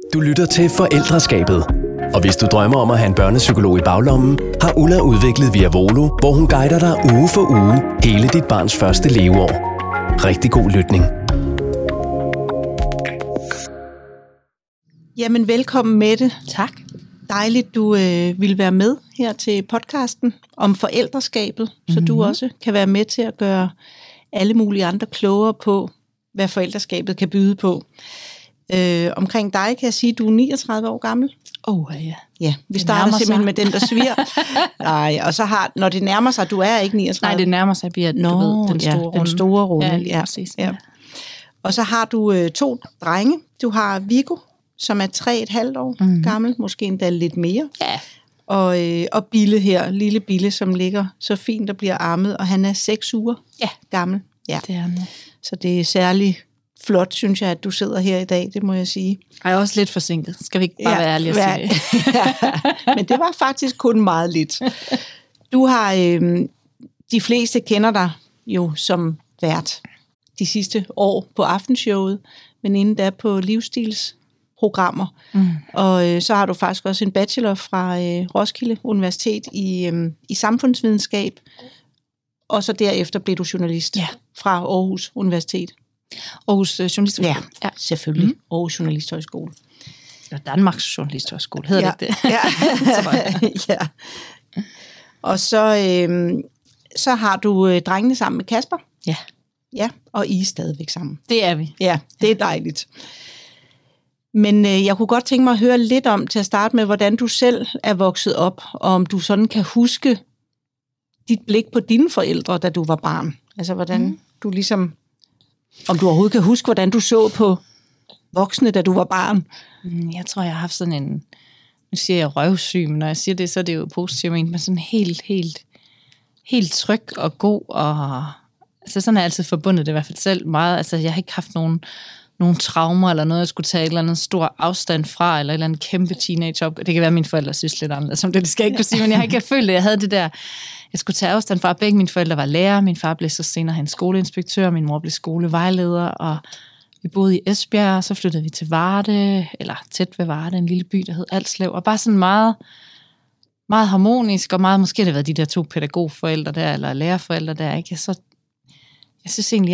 Du lytter til Forældreskabet. Og hvis du drømmer om at have en børnepsykolog i baglommen, har Ulla udviklet Viavolo, hvor hun guider dig uge for uge hele dit barns første leveår. Rigtig god lytning. Jamen, velkommen Mette. Tak. Dejligt, du vil være med her til podcasten om forældreskabet, så du også kan være med til at gøre alle mulige andre klogere på, hvad forældreskabet kan byde på. Omkring dig kan jeg sige, at du er 39 år gammel. Ja. Ja, vi starter simpelthen med den, der sviger. Nej, og så når det nærmer sig, du er ikke 39. Nej, det nærmer sig, bliver den store runde. Den store runde. Ja, lige præcis. Ja. Og så har du 2 drenge. Du har Viggo, som er 3,5 år gammel, måske endda lidt mere. Ja. Og Bille her, lille Bille, som ligger så fint og bliver ammet, og han er 6 uger gammel. Ja, det er han. Så det er særligt flot, synes jeg, at du sidder her i dag, det må jeg sige. Jeg er også lidt forsinket. Skal vi ikke bare være ærlige og sige det? Men det var faktisk kun meget lidt. Du har, de fleste kender dig jo som vært de sidste år på Aftenshowet, men inden da på livsstilsprogrammer. Og så har du faktisk også en bachelor fra Roskilde Universitet i samfundsvidenskab, og så derefter blev du journalist fra Aarhus Universitet. Aarhus Journalisthøjskole. Ja, selvfølgelig. Aarhus Journalisthøjskole. Eller Danmarks Journalisthøjskole, hedder det ikke det? Ja. Og så har du drengene sammen med Kasper. Ja. Ja, og I er stadigvæk sammen. Det er vi. Ja, det er dejligt. Men jeg kunne godt tænke mig at høre lidt om, til at starte med, hvordan du selv er vokset op, og om du sådan kan huske dit blik på dine forældre, da du var barn. Altså, hvordan du ligesom... Om du overhovedet kan huske, hvordan du så på voksne, da du var barn? Jeg tror, jeg har haft sådan en... Nu siger jeg røvsyg, men når jeg siger det, så er det jo positivt, men sådan helt tryg og god. Og, altså sådan er jeg altid forbundet det i hvert fald selv meget. Altså jeg har ikke haft nogen traumer eller noget, jeg skulle tage et eller andet stor afstand fra, eller et eller andet kæmpe teenage-op. Det kan være, at mine forældre synes lidt anderledes om det skal jeg ikke kunne sige, men jeg har ikke følt, at jeg havde det der... Jeg skulle tage afstand fra, begge mine forældre var lærer. Min far blev så senere en skoleinspektør, min mor blev skolevejleder, og vi boede i Esbjerg, og så flyttede vi til Varde, eller tæt ved Varde, en lille by, der hed Alslev, og bare sådan meget, meget harmonisk, og meget, måske det har været de der 2 pædagogforældre der, eller lærerforældre der, ikke? Jeg synes egentlig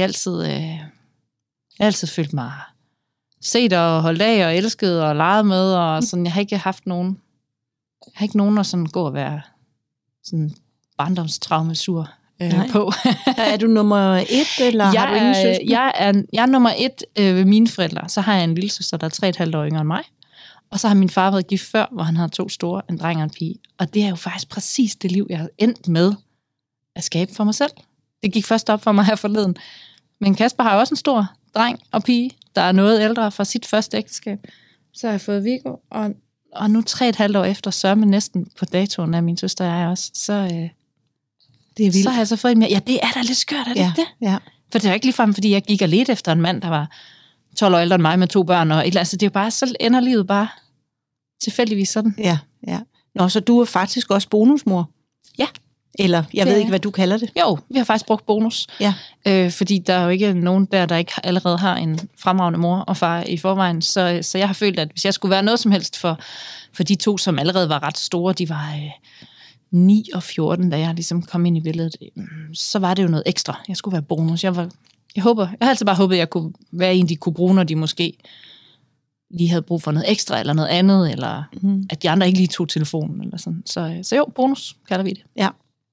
altid følt mig set og holdt af, og elsket og leget med, og sådan, jeg har ikke nogen at sådan gå og være sådan barndomstraumesur på. Er du nummer 1, eller har du ingen søskende? Jeg er nummer 1 ved mine forældre. Så har jeg en lille søster, der er 3,5 år yngre end mig. Og så har min far været gift før, hvor han havde 2 store, en dreng og en pige. Og det er jo faktisk præcis det liv, jeg har endt med at skabe for mig selv. Det gik først op for mig her forleden. Men Kasper har jo også en stor dreng og pige, der er noget ældre fra sit første ægteskab. Så har jeg fået Viggo, og nu 3,5 år efter, sørme næsten på datoen af min søster og jeg også, det er vildt. Så har jeg så fået en mere. Ja, det er da lidt skørt, er det ikke det? Ja. For det er jo ikke ligefrem, fordi jeg gik og ledte efter en mand, der var 12 år ældre end mig med 2 børn. Og altså, det er jo bare, så ender livet bare tilfældigvis sådan. Ja. Nå, så du er faktisk også bonusmor? Ja. Eller, jeg ved ikke, hvad du kalder det. Jo, vi har faktisk brugt bonus. Ja. Fordi der er jo ikke nogen der ikke allerede har en fremragende mor og far i forvejen. Så jeg har følt, at hvis jeg skulle være noget som helst for de 2, som allerede var ret store, de var 9 og 14, da jeg ligesom kom ind i billedet, så var det jo noget ekstra. Jeg skulle være bonus. Jeg har altid bare håbet, at jeg kunne være en, de kunne bruge, når de måske lige havde brug for noget ekstra, eller noget andet, eller at de andre ikke lige tog telefonen, eller sådan. Så jo, bonus kalder vi det. Ja.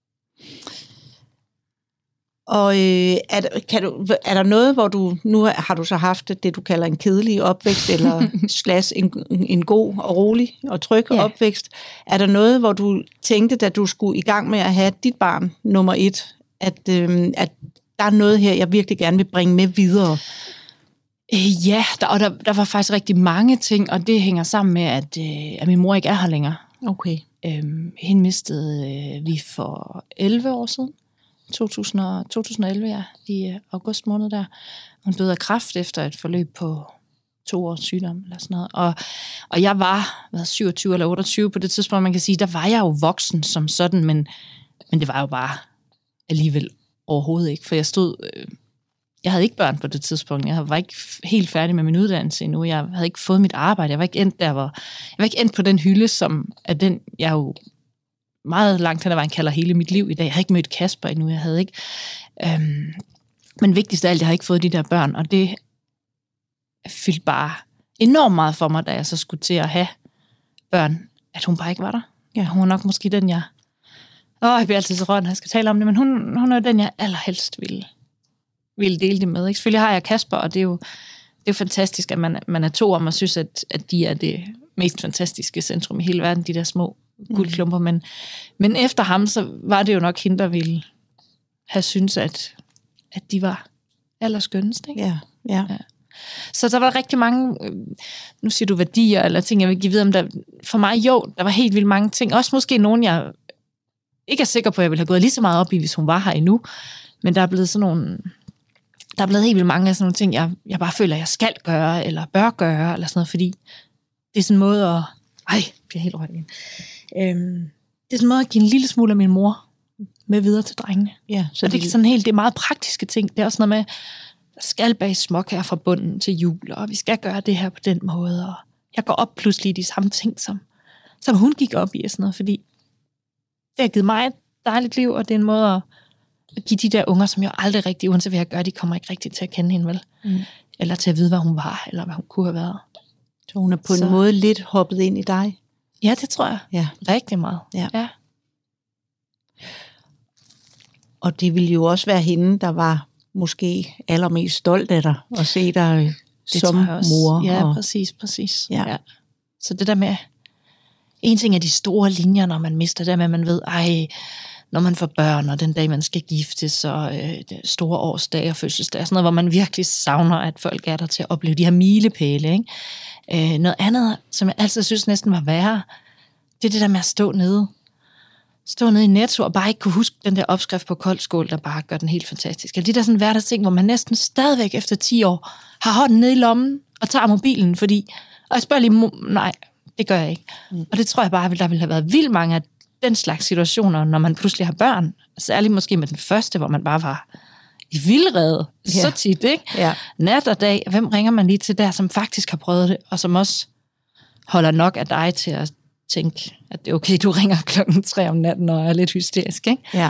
Og er der noget, hvor nu har du så haft det, du kalder en kedelig opvækst, eller en god og rolig og tryg opvækst. Er der noget, hvor du tænkte, da du skulle i gang med at have dit barn nummer 1, at der er noget her, jeg virkelig gerne vil bringe med videre? Ja, der var faktisk rigtig mange ting, og det hænger sammen med, at min mor ikke er her længere. Okay. Hende mistede vi for 11 år siden. 2011, i august måned der. Hun døde af kræft efter et forløb på 2 års sygdom, eller sådan noget. Og jeg var 27 eller 28 på det tidspunkt, man kan sige, der var jeg jo voksen som sådan, men det var jo bare alligevel overhovedet ikke, for jeg stod Jeg havde ikke børn på det tidspunkt. Jeg var ikke helt færdig med min uddannelse endnu. Jeg havde ikke fået mit arbejde. Jeg var ikke endt på den hylde, som er den, jeg jo meget langt hen ad vejen kalder hele mit liv i dag. Jeg havde ikke mødt Kasper endnu. Jeg havde ikke... men vigtigst af alt, jeg har ikke fået de der børn, og det fyldte bare enormt meget for mig, da jeg så skulle til at have børn, at hun bare ikke var der. Ja, hun var nok måske den, jeg bliver altid så rørt, når jeg skal tale om det, men hun er den, jeg allerhelst ville dele det med. Ikke? Selvfølgelig har jeg Kasper, og det er jo fantastisk, at man er to om, og synes, at de er det mest fantastiske centrum i hele verden, de der små guldklumper, men efter ham, så var det jo nok hende, der ville have syntes, at de var allerskønnest. Ikke? Ja. Så der var rigtig mange, nu siger du værdier, eller ting, jeg vil give videre om, for mig der var helt vildt mange ting, også måske nogen, jeg ikke er sikker på, at jeg ville have gået lige så meget op i, hvis hun var her endnu, men der er blevet helt vildt mange af sådan nogle ting, jeg bare føler, jeg skal gøre, eller bør gøre, eller sådan noget, fordi det er sådan en måde at... jeg bliver helt rørt igen. Det er sådan en måde at give en lille smule af min mor med videre til drengene. Ja, så det er sådan helt, det er meget praktiske ting. Det er også noget med, der skal bage småkager fra bunden til jul, og vi skal gøre det her på den måde, og jeg går op pludselig i de samme ting, som hun gik op i, og sådan noget, fordi det har givet mig et dejligt liv, og det er en måde at give de der unger, som jo aldrig rigtig, uanset hvad jeg gør, de kommer ikke rigtig til at kende hende, vel? Eller til at vide, hvad hun var, eller hvad hun kunne have været. Så hun er på en måde lidt hoppet ind i dig? Ja, det tror jeg. Ja. Rigtig meget. Ja. Og det ville jo også være hende, der var måske allermest stolt af dig, at se dig som mor. Ja, præcis. Ja. Så det der med, en ting er de store linjer, når man mister det med, at man ved, når man får børn, og den dag, man skal giftes, og store årsdage og fødselsdage, sådan noget, hvor man virkelig savner, at folk er der til at opleve de her milepæle, ikke? Noget andet, som jeg altid synes næsten var værre, det er det der med at stå nede i Netto, og bare ikke kunne huske den der opskrift på koldskål, der bare gør den helt fantastisk. Eller de der sådan hverdagsting, hvor man næsten stadigvæk efter 10 år har hånden nede i lommen og tager mobilen, og jeg spørger lige, nej, det gør jeg ikke. Og det tror jeg bare, der ville have været vildt mange af den slags situationer, når man pludselig har børn. Særligt måske med den første, hvor man bare var i vildrede så tit, ikke? Ja. Nat og dag. Hvem ringer man lige til der, som faktisk har prøvet det, og som også holder nok af dig til at tænke, at det er okay, du ringer 3:00 om natten og er lidt hysterisk, ikke? Ja.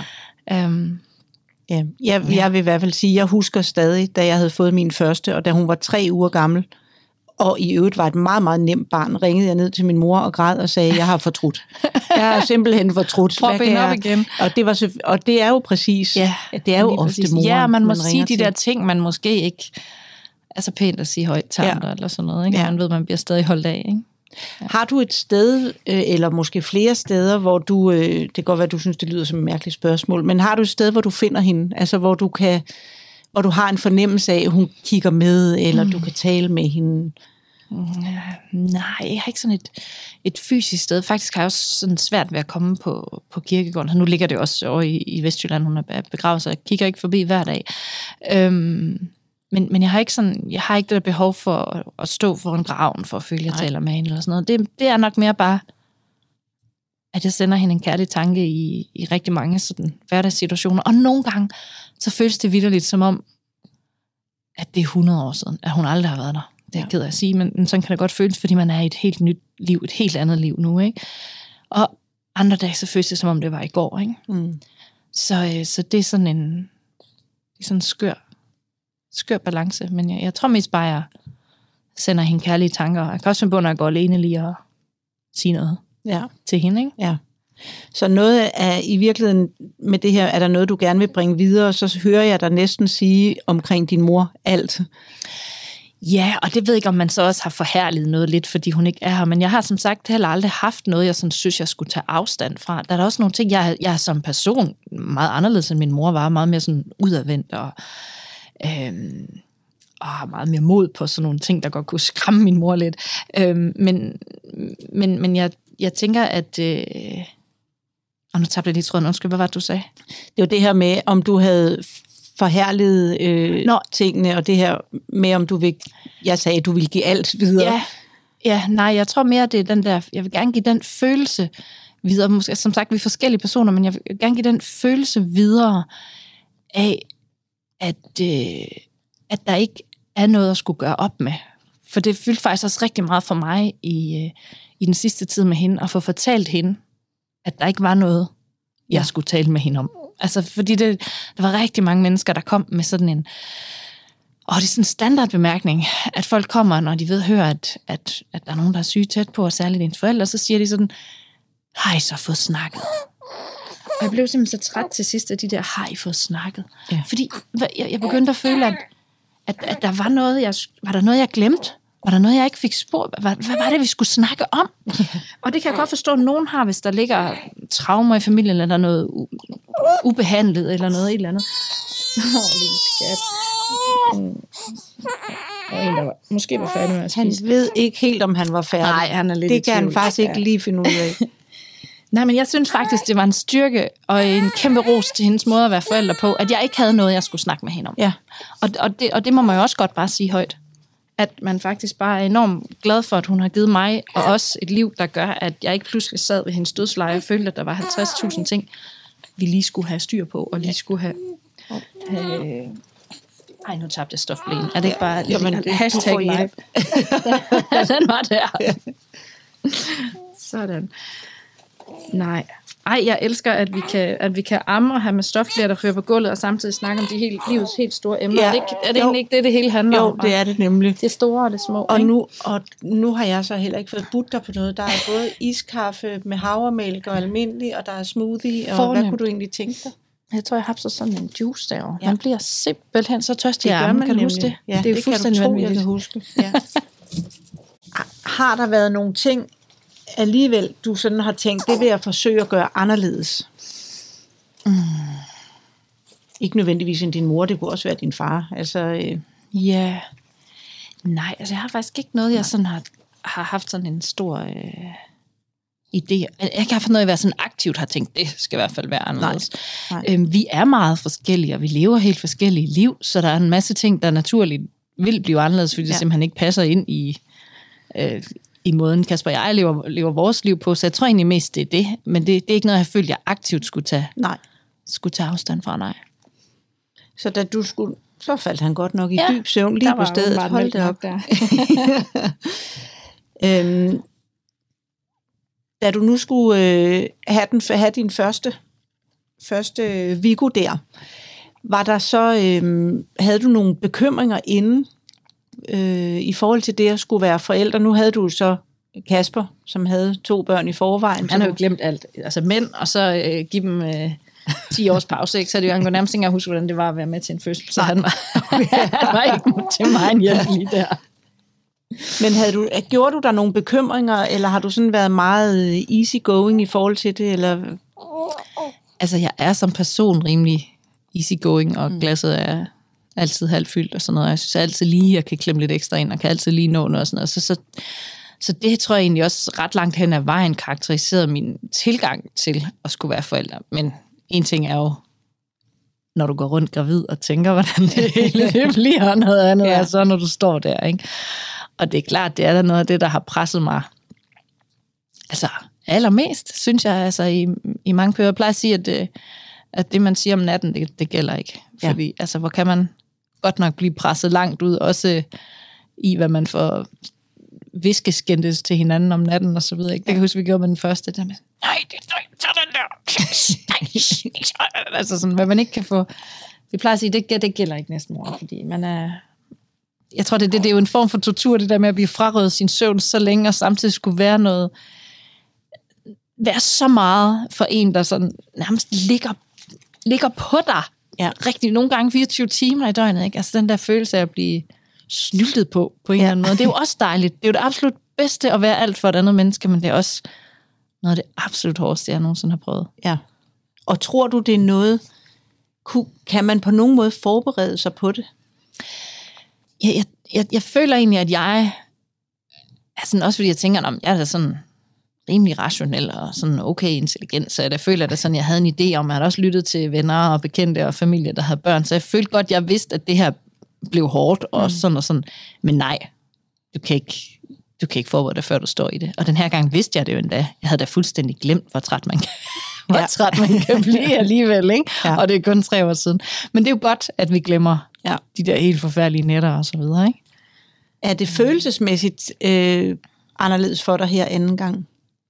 Jeg vil i hvert fald sige, jeg husker stadig, da jeg havde fået min første, og da hun var 3 uger gammel, og i øvrigt var et meget, meget nemt barn, ringede jeg ned til min mor og græd og sagde, jeg har fortrudt. Jeg har simpelthen fortrudt. Prøv at op igen. Og det er jo præcis, det er jo ofte moren. Ja, man må sige de der ting, man måske ikke er så pænt at sige højt eller sådan noget. Ikke? Ja. Man ved, man bliver stadig holdt af, ikke? Ja. Har du et sted, eller måske flere steder, hvor du, det kan godt være, du synes, det lyder som et mærkeligt spørgsmål, men har du et sted, hvor du finder hende? Altså, hvor du har en fornemmelse af, at hun kigger med, eller du kan tale med hende? Nej, jeg har ikke sådan et fysisk sted. Faktisk har jeg også sådan svært ved at komme på kirkegården. Så nu ligger det også over i Vestjylland, hun er begravet, så jeg kigger ikke forbi hver dag. Men jeg har ikke det der behov for at stå foran graven, for at føle, at jeg taler med hende, eller sådan noget. Det er nok mere bare, at jeg sender hende en kærlig tanke i rigtig mange sådan hverdagssituationer. Og nogle gange, så føles det vitterligt som om, at det er 100 år siden, at hun aldrig har været der. Det er jeg ked af at sige, men sådan kan det godt føles, fordi man er i et helt nyt liv, et helt andet liv nu, ikke? Og andre dage, så føles det, som om det var i går, ikke? Så det er sådan en skør balance, men jeg tror mest bare, jeg sender hende kærlige tanker. Jeg kan også finde på, når jeg går alene lige og sige noget til hende, ikke? Ja. Så noget er i virkeligheden med det her, er der noget, du gerne vil bringe videre, så hører jeg dig næsten sige omkring din mor alt. Ja, og det ved jeg ikke, om man så også har forherliget noget lidt, fordi hun ikke er her. Men jeg har som sagt heller aldrig haft noget, jeg sådan synes, jeg skulle tage afstand fra. Der er også nogle ting, jeg er som person meget anderledes, end min mor var. Meget mere sådan udadvendt og har meget mere mod på sådan nogle ting, der godt kunne skræmme min mor lidt. Men jeg tænker, at... Og nu tabte jeg lige tråden. Undskyld, hvad var det, du sagde? Det var det her med, om du havde forherliget tingene, og det her med, om du vil... Jeg sagde, at du vil give alt videre. Ja, nej, jeg tror mere, det er den der... Jeg vil gerne give den følelse videre. Måske, som sagt, vi er forskellige personer, men jeg vil gerne give den følelse videre af, at der ikke er noget at skulle gøre op med. For det fyldte faktisk også rigtig meget for mig i den sidste tid med hende, at få fortalt hende, at der ikke var noget, jeg skulle tale med hende om. Altså, fordi der var rigtig mange mennesker, der kom med sådan en... det er sådan en standardbemærkning, at folk kommer, når de hører, at der er nogen, der er syge tæt på, og særligt ens forældre, så siger de sådan, har I så fået snakket? Og jeg blev simpelthen så træt til sidst af de der, har I fået snakket? Ja. Fordi jeg begyndte at føle, at der var noget, var der noget, jeg glemte? Var der noget, jeg ikke fik spurgt? Hvad var det, vi skulle snakke om? Ja. Og det kan jeg godt forstå, at nogen har, hvis der ligger traumer i familien, eller noget ubehandlet, eller noget et eller andet. Lille skat. Og en, der måske var færdig med at spise. Han ved ikke helt, om han var færdig. Nej, han er lidt det kan han faktisk ikke lige finde ud af. Nej, men jeg synes faktisk, det var en styrke og en kæmpe ros til hendes måde at være forælder på, at jeg ikke havde noget, jeg skulle snakke med hende om. Ja. Og det må man jo også godt bare sige højt. At man faktisk bare er enormt glad for, at hun har givet mig og os et liv, der gør, at jeg ikke pludselig sad ved hendes dødsleje og følte, at der var 50.000 ting, vi lige skulle have styr på, og lige skulle have... Ej, nu tabte jeg stofblæen. Er det ikke bare... Jamen, hashtag live. Den var der. Sådan. Nej. Ej, jeg elsker, at vi kan amme og have med stofblæer, der ryger på gulvet, og samtidig snakke om de livets helt store emner. Ja. Er det egentlig ikke det hele handler om? Jo, det er det nemlig. Det store og det små. Og nu har jeg så heller ikke fået budt dig på noget. Der er både iskaffe med havremælk og almindelig, og der er smoothie, og hvad kunne du egentlig tænke dig? Jeg tror, jeg har sådan en juice derovre. Ja. Man bliver simpelthen så tørstig i armen, kan du huske det? Ja, det er jo fuldstændig vanvittigt. Jeg kan huske. Ja. Har der været nogle ting, alligevel du sådan har tænkt, det vil jeg forsøge at gøre anderledes? Ikke nødvendigvis end din mor, det kunne også være din far. Ja. Nej, jeg har faktisk ikke noget, jeg sådan har haft sådan en stor... idé. Jeg kan have noget, jeg sådan aktivt har tænkt, det skal i hvert fald være anderledes. Nej. Vi er meget forskellige, og vi lever helt forskellige liv, så der er en masse ting, der naturligt vil blive anderledes, fordi det simpelthen ikke passer ind i måden, Kasper og jeg lever vores liv på, så jeg tror egentlig mest, det er det, men det er ikke noget, jeg følte, jeg aktivt skulle tage afstand fra, nej. Så da du skulle, så faldt han godt nok i dyb søvn lige på stedet. Hold det op. Der. Da du nu skulle have din første Viggo der, var der så, havde du nogle bekymringer inden i forhold til det at skulle være forældre? Nu havde du så Kasper, som havde 2 børn i forvejen. Han har jo glemt alt. Altså mænd, og så give dem 10 års pause, ikke? Så det jo, han kunne nærmest ikke huske, hvordan det var at være med til en fødsel. Så han var ikke til mig en hjælp lige der. Men gjorde du der nogle bekymringer, eller har du sådan været meget easygoing i forhold til det? Eller? Altså, jeg er som person rimelig easygoing, og glasset er altid halvfyldt og sådan noget. Jeg synes altid lige, jeg kan klemme lidt ekstra ind, og kan altid lige nå noget og sådan noget. Så det tror jeg egentlig også ret langt hen ad vejen karakteriseret min tilgang til at skulle være forælder. Men en ting er jo, når du går rundt gravid og tænker, hvordan det hele bliver, noget andet er så, når du står der, ikke? Og det er klart, det er da noget af det, der har presset mig. Altså, allermest, synes jeg, altså i mange perioder. Jeg plejer at sige, at det, man siger om natten, det gælder ikke. Fordi, altså, hvor kan man godt nok blive presset langt ud, også i, hvad man får viskeskændtes til hinanden om natten, og så videre. Ikke? Det kan jeg huske, vi gjorde med den første. Der med, nej, tag den der. Altså sådan, hvad man ikke kan få. Vi plejer at sige, det gælder ikke næsten mor, fordi man er... Jeg tror, det er jo en form for tortur, det der med at blive frarøvet sin søvn så længe, og samtidig skulle være så meget for en, der sådan nærmest ligger på dig. Ja. Rigtig nogle gange 24 timer i døgnet. Ikke? Altså den der følelse af at blive snyltet på en eller anden måde. Det er jo også dejligt. Det er jo det absolut bedste at være alt for et andet menneske, men det er også noget af det absolut hårdeste, jeg nogensinde har prøvet. Ja. Og tror du, det er noget, kan man på nogen måde forberede sig på det? Jeg føler egentlig, at jeg er sådan, også fordi jeg tænker, at jeg er sådan rimelig rationel og sådan okay intelligent, så jeg føler, at sådan, jeg havde en idé om, at jeg havde også lyttet til venner og bekendte og familie, der havde børn, så jeg følte godt, at jeg vidste, at det her blev hårdt og sådan og sådan, men nej, du kan ikke forberede dig, før du står i det. Og den her gang vidste jeg det jo endda. Jeg havde da fuldstændig glemt, hvor træt man kan blive alligevel, ikke? Ja. Og det er kun 3 år siden. Men det er jo godt, at vi glemmer Ja. De der helt forfærdelige nætter og så videre, ikke? Er det følelsesmæssigt anderledes for dig her anden gang?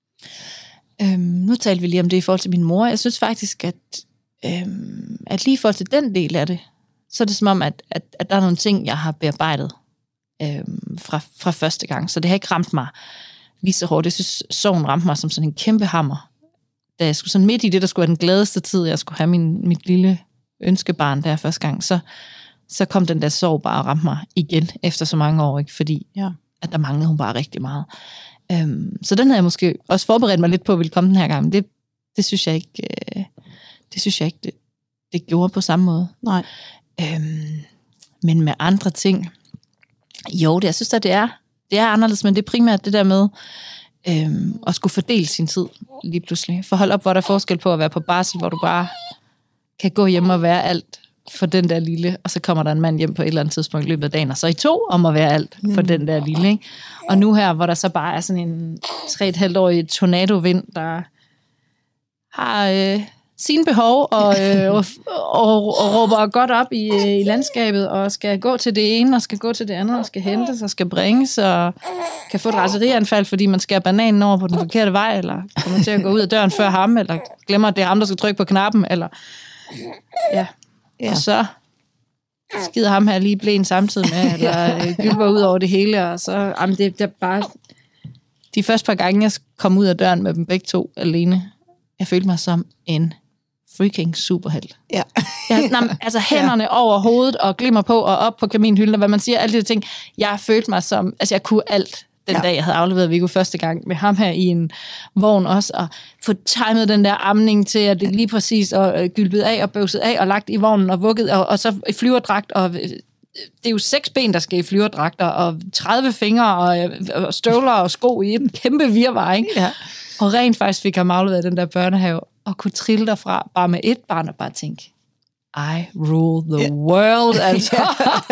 Nu talte vi lige om det i forhold til min mor. Jeg synes faktisk, at lige i forhold til den del af det, så er det som om, at der er nogle ting, jeg har bearbejdet fra første gang. Så det har ikke ramt mig lige så hårdt. Jeg synes, sorgen ramte mig som sådan en kæmpe hammer. Da jeg skulle sådan midt i det, der skulle være den gladeste tid, jeg skulle have mit lille ønskebarn der første gang, så kom den der sorg bare og ramte mig igen efter så mange år, ikke? Fordi at der manglede hun bare rigtig meget. Så den havde jeg måske også forberedt mig lidt på, at ville komme den her gang, men det synes jeg ikke, det gjorde på samme måde. Nej. Men med andre ting, jo, jeg synes at det er anderledes, men det er primært det der med at skulle fordele sin tid lige pludselig. For hold op, hvor der er forskel på at være på barsel, hvor du bare kan gå hjem og være alt for den der lille, og så kommer der en mand hjem på et eller andet tidspunkt i løbet af dagen, og så I to om at være alt for den der lille, ikke? Og nu her, hvor der så bare er sådan en 3,5-årig tornadovind, der har sine behov, og råber godt op i landskabet, og skal gå til det ene, og skal gå til det andet, og skal hentes, og skal bringes, og kan få et raserianfald, fordi man skærer bananen over på den forkerte vej, eller kommer til at gå ud af døren før ham, eller glemmer, at det er ham, der skal trykke på knappen, eller ja. Og så skider ham her lige blæen samtidig med, eller gylper ud over det hele, og så, det er bare, de første par gange, jeg kom ud af døren med dem begge to alene, jeg følte mig som en freaking superhelt. Ja. Altså hænderne over hovedet, og glimmer på, og op på kaminhylden, og hvad man siger, alle de ting, jeg følte mig som, altså jeg kunne alt, den dag, jeg havde afleveret Viggo første gang, med ham her i en vogn også, og få timet den der amning til, at det lige præcis og gylpet af, og bøvset af, og lagt i vognen, og vugget, og så i flyverdragt, og det er jo 6 ben, der skal i flyverdragter, og 30 fingre, og støvler og sko i en kæmpe virvar, ikke? Ja. Og rent faktisk fik ham afleveret den der børnehave, og kunne trille derfra, bare med et barn, og bare tænke, I rule the world, altså.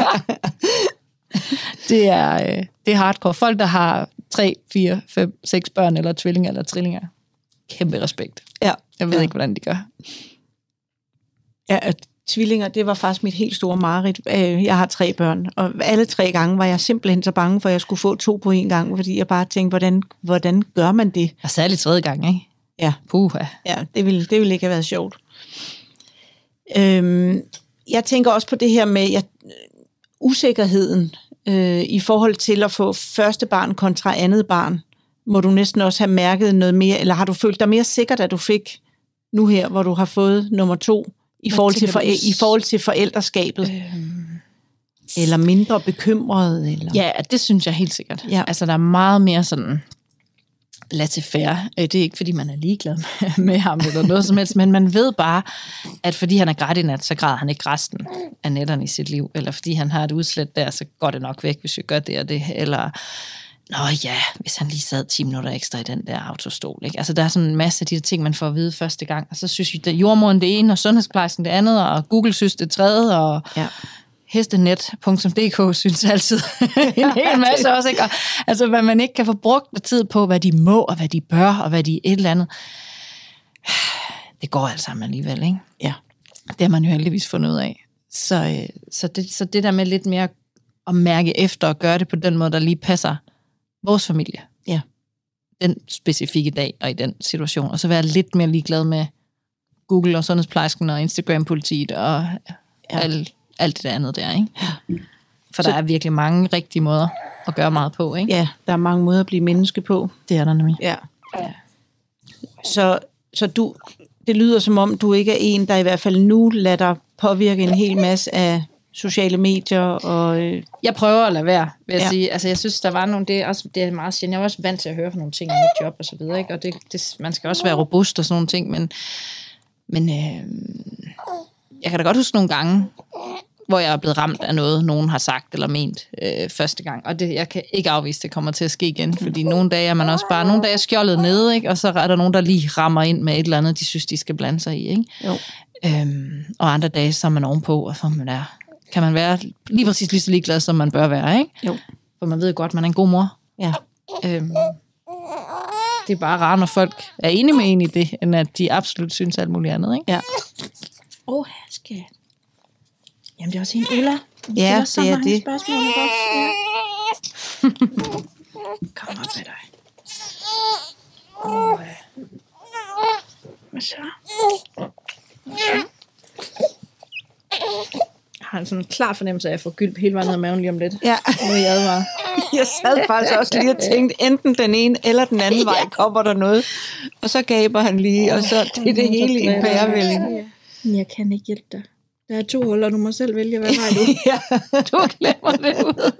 Det er hardcore. Folk, der har 3, 4, 5, 6 børn, eller tvillinger, eller trillinger. Kæmpe respekt. Ja. Jeg ved ikke, hvordan de gør. Ja, tvillinger, det var faktisk mit helt store mareridt. Jeg har 3 børn, og alle 3 gange var jeg simpelthen så bange for, at jeg skulle få 2 på en gang, fordi jeg bare tænkte, hvordan gør man det? Og særligt 3. gang, ikke? Ja. Puha. Ja, det ville ikke have været sjovt. Jeg tænker også på det her med usikkerheden i forhold til at få første barn kontra andet barn. Må du næsten også have mærket noget mere, eller har du følt dig mere sikker, da du fik nu her, hvor du har fået nummer 2, i forhold til forældreskabet? Eller mindre bekymret? Eller? Ja, det synes jeg helt sikkert. Ja. Altså, der er meget mere sådan laissez-faire. Det er ikke, fordi man er ligeglad med ham eller noget som helst, men man ved bare, at fordi han er grædinat, så græder han ikke resten af nætterne i sit liv, eller fordi han har et udslæt der, så går det nok væk, hvis vi gør det og det, eller hvis han lige sad 10 minutter ekstra i den der autostol, ikke? Altså, der er sådan en masse af de ting, man får at vide første gang, og så synes vi, at jordmoren det ene, og sundhedsplejersken det andet, og Google synes det tredje, og hestenet.dk synes altid en hel masse også, ikke? Og, altså, hvad man ikke kan få brugt tid på, hvad de må, og hvad de bør, og hvad de et eller andet. Det går alt sammen alligevel, ikke? Ja. Det har man jo heldigvis fundet ud af. Så det der med lidt mere at mærke efter, og gøre det på den måde, der lige passer vores familie. Ja. Den specifikke dag, og i den situation. Og så være lidt mere ligeglad med Google, og sundhedsplejersken, og Instagram-politiet, og alt det der andet der, ikke? Ja. For der er virkelig mange rigtige måder at gøre meget på, ikke? Ja, der er mange måder at blive menneske på. Det er der nemlig. Ja. Så det lyder som om, du ikke er en, der i hvert fald nu lader dig påvirke en hel masse af sociale medier. Og jeg prøver at lade være, vil jeg sige. Altså, jeg synes, der var nogle, det er meget sjældent. Jeg er også vant til at høre for nogle ting om mit job og så videre, ikke? Og man skal også være robust og sådan nogle ting, men jeg kan da godt huske nogle gange, hvor jeg er blevet ramt af noget, nogen har sagt eller ment første gang. Og jeg kan ikke afvise, at det kommer til at ske igen. Fordi nogle dage er man også bare, nogle dage er skjoldet nede, ikke? Og så er der nogen, der lige rammer ind med et eller andet, de synes, de skal blande sig i, ikke? Jo. Og andre dage, så er man ovenpå, og så kan man være lige præcis lige så ligeglad, som man bør være, ikke? Jo. For man ved godt, man er en god mor. Ja. Det er bare rart, når folk er enige med en i det, end at de absolut synes alt muligt andet, ikke? Ja. Jamen, det er også en Ulla. Ja, det er det. Spørgsmål, ja. Kom op med dig. Hvad så? Jeg har en sådan klar fornemmelse af, at jeg får gylp hele vejen ned ad maven lige om lidt. Ja. Nu er jeg advaret. Jeg sad faktisk også lige og tænkte, enten den ene eller den anden vej kommer der noget. Og så gaber han lige, og så det er det hele i en pærevælling. Men jeg kan ikke hjælpe dig. Der er 2 huller, du må selv vælge, hvad vej du. Ja. Du glemmer det ud.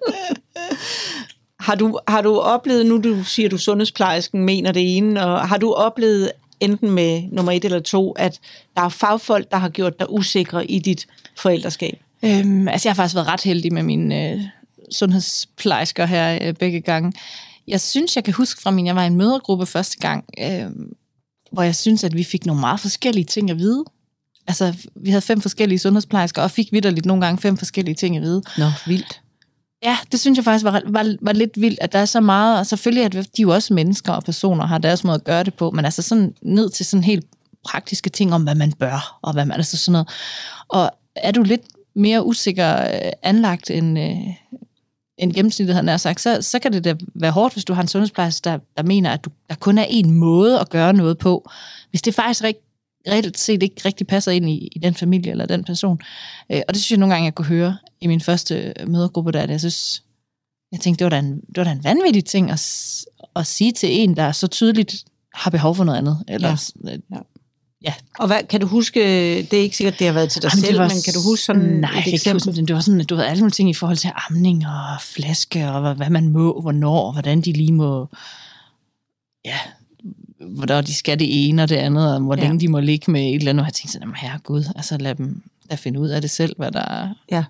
Har du oplevet, nu du siger, du sundhedsplejersken mener det ene, og har du oplevet enten med nummer 1 eller 2, at der er fagfolk, der har gjort dig usikre i dit forældreskab? Altså jeg har faktisk været ret heldig med mine sundhedsplejersker her begge gange. Jeg synes, jeg kan huske fra jeg var i en mødergruppe første gang, hvor jeg synes, at vi fik nogle meget forskellige ting at vide. Altså, vi havde 5 forskellige sundhedsplejersker, og fik vitterligt nogle gange 5 forskellige ting at vide. Nå, vildt. Ja, det synes jeg faktisk var lidt vildt, at der er så meget, og selvfølgelig, at de jo også mennesker og personer har deres måde at gøre det på, men altså sådan ned til sådan helt praktiske ting om, hvad man bør, og hvad man altså sådan noget. Og er du lidt mere usikker anlagt end gennemsnittet, han har sagt, så kan det da være hårdt, hvis du har en sundhedsplejerske, der mener, at der kun er en måde at gøre noget på. Hvis det faktisk reelt set ikke rigtig passer ind i den familie eller den person. Og det synes jeg nogle gange, jeg kunne høre i min første mødergruppe, der jeg tænkte, det var da en vanvittig ting at sige til en, der så tydeligt har behov for noget andet. Eller, ja. Og hvad, kan du huske, det er ikke sikkert, det har været til dig selv, men kan du huske sådan et eksempel? Det var sådan, at du havde alle mulige ting i forhold til amning og flaske, og hvad man må, hvornår, og hvordan de lige må, ja, hvor de skal det ene og det andet, og hvor længe de må ligge med et eller andet. Og jeg tænkte sådan, herregud, altså lad dem da finde ud af det selv, hvad der er. Ja.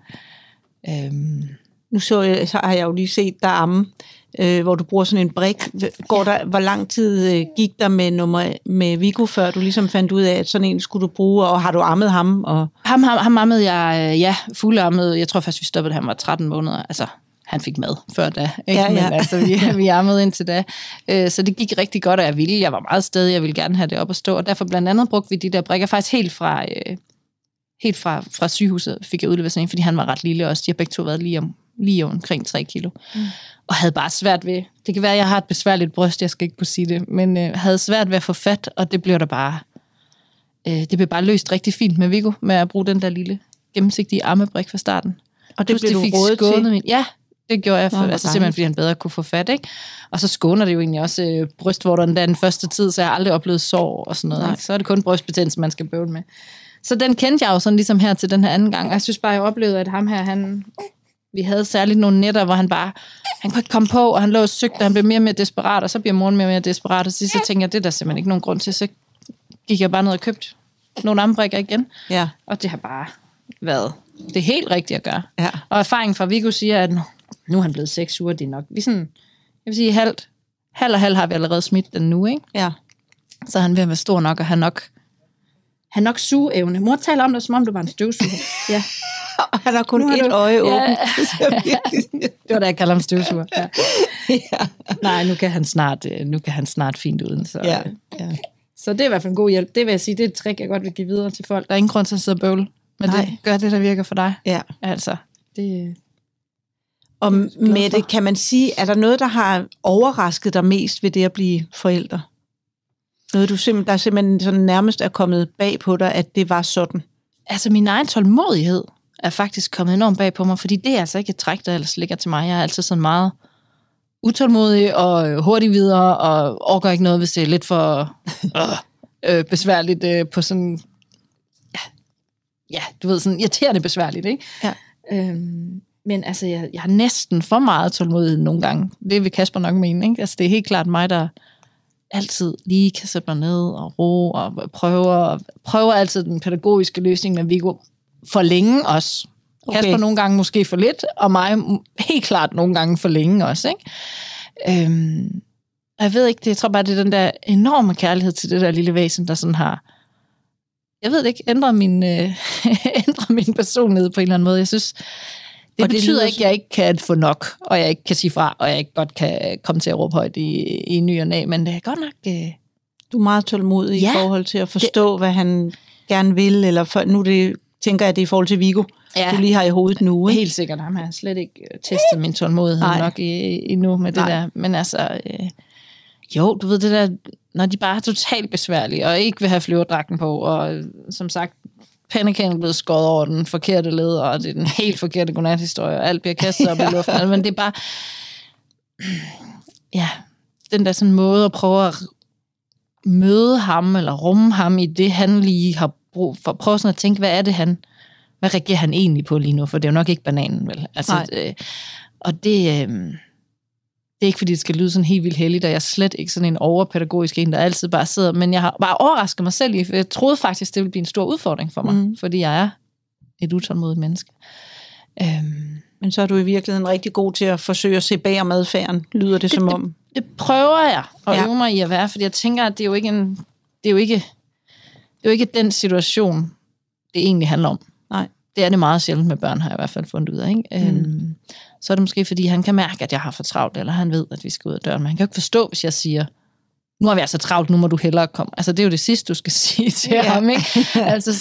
Nu så har jeg jo lige set dig amme, hvor du bruger sådan en brik. Hvor lang tid gik der med Viggo, før du ligesom fandt ud af, at sådan en skulle du bruge, og har du ammet ham? Og... Ham ammede jeg, fuldammede. Jeg tror først, vi stoppede, han var 13 måneder. Altså, han fik mad før da, ikke? Ja. Men altså, vi ammede indtil da. Så det gik rigtig godt, og jeg var meget stedig, jeg ville gerne have det op at stå, og derfor blandt andet brugte vi de der brikker faktisk helt fra sygehuset, fik jeg udleveret sådan en, fordi han var ret lille også. De har begge to været lige omkring 3 kilo. Og havde bare svært ved, det kan være, at jeg har et besværligt bryst, jeg skal ikke kunne sige det, men havde svært ved at få fat, og det blev der bare, det blev bare løst rigtig fint med Viggo, med at bruge den der lille gennemsigtige armebrik fra starten. Og det blev du rådet til? Ja, det gjorde jeg, simpelthen fordi han bedre kunne få fat, ikke? Og så skåner det jo egentlig også brystvorterne den første tid, så jeg har aldrig oplevet sår og sådan noget. Ikke? Så er det kun brystbetændelse, man skal bøvle med. Så den kendte jeg jo sådan ligesom her til den her anden gang, og jeg synes bare, jeg oplevede, at ham her, vi havde særligt nogle nætter, hvor han kunne ikke komme på, og han lå og søgte, og han blev mere og mere desperat, og så bliver moren mere og mere desperat, og så tænkte jeg, det er der simpelthen ikke nogen grund til, så gik jeg bare ned og købte nogle armbrikker igen, og det har bare været det helt rigtige at gøre. Ja. Og erfaringen fra Viggo siger, at nu er han blevet 6 uger, det er nok, vi sådan, jeg vil sige halv og halv har vi allerede smidt den nu, ikke? Ja. Så er han ved at være stor nok, og han nok sugeevne. Mor taler om det, som om du var en støvsuger. Ja. Og han har kun et øje åbent. Det var da jeg kalder ham støvsuger. Ja. Ja. Nej, nu kan han snart fint uden. Så, ja. Så det er i hvert fald en god hjælp. Det vil jeg sige, det er et trick, jeg godt vil give videre til folk. Der er ingen grund til at sidde og bøvle, men det gør det, der virker for dig. Ja. Altså, det... Og Mette, kan man sige, er der noget, der har overrasket dig mest ved det at blive forældre? Noget, der simpelthen sådan nærmest er kommet bag på dig, at det var sådan? Altså, min egen tålmodighed er faktisk kommet enormt bag på mig, fordi det er altså ikke et træk, der ellers ligger til mig. Jeg er altid sådan meget utålmodig og hurtig videre, og overgår ikke noget, hvis det er lidt for besværligt på sådan... Ja, du ved, sådan irriterende besværligt, ikke? Ja. Men altså, jeg har næsten for meget tålmodighed nogle gange. Det vil Kasper nok mene, ikke? Altså, det er helt klart mig, der altid lige kan sætte mig ned og ro og prøver altid den pædagogiske løsning med Viggo for længe også. Okay. Kasper nogle gange måske for lidt, og mig helt klart nogle gange for længe også, ikke? Jeg ved ikke, jeg tror bare, det er den der enorme kærlighed til det der lille væsen, der sådan har, jeg ved det ikke, ændret min personlighed på en eller anden måde. Jeg synes, det betyder ikke, at jeg ikke kan få nok, og jeg ikke kan sige fra, og jeg ikke godt kan komme til at råbe højt i ny og næ, men det er godt nok... Du er meget tålmodig i forhold til at forstå, hvad han gerne vil, eller nu tænker jeg, det er i forhold til Viggo. du lige har i hovedet nu. Ikke? Helt sikkert. Ham har jeg slet ikke testet min tålmodighed nok endnu med det der. Men altså, jo, du ved det der, når de bare er totalt besværlige, og ikke vil have flyverdragten på, og som sagt, pandekagen er blevet skåret over den forkerte led, og det er den helt forkerte godnathistorie, og alt bliver kastet op i luften. Men det er bare, ja, den der sådan måde at prøve at møde ham, eller rumme ham i det, han lige har brug for. Prøve sådan at tænke, hvad reagerer han egentlig på lige nu? For det er jo nok ikke bananen, vel? Altså, og det er ikke, fordi det skal lyde sådan helt vildt heldigt, og jeg er slet ikke sådan en overpædagogisk en, der altid bare sidder, men jeg har bare overrasket mig selv i, for jeg troede faktisk, det ville blive en stor udfordring for mig, fordi jeg er et utålmodigt menneske. Men så er du i virkeligheden rigtig god til at forsøge at se bag om adfærden, lyder det som om. Det prøver jeg at øve mig i at være, fordi jeg tænker, at det er jo ikke den situation, det egentlig handler om. Nej. Det er det meget sjældent med børn, har jeg i hvert fald fundet ud af. Ikke? Så er det måske, fordi han kan mærke, at jeg har for travlt, eller han ved, at vi skal ud af døren. Men han kan jo ikke forstå, hvis jeg siger, nu har vi altså travlt, nu må du hellere komme. Altså, det er jo det sidste, du skal sige til ham, ikke? Altså,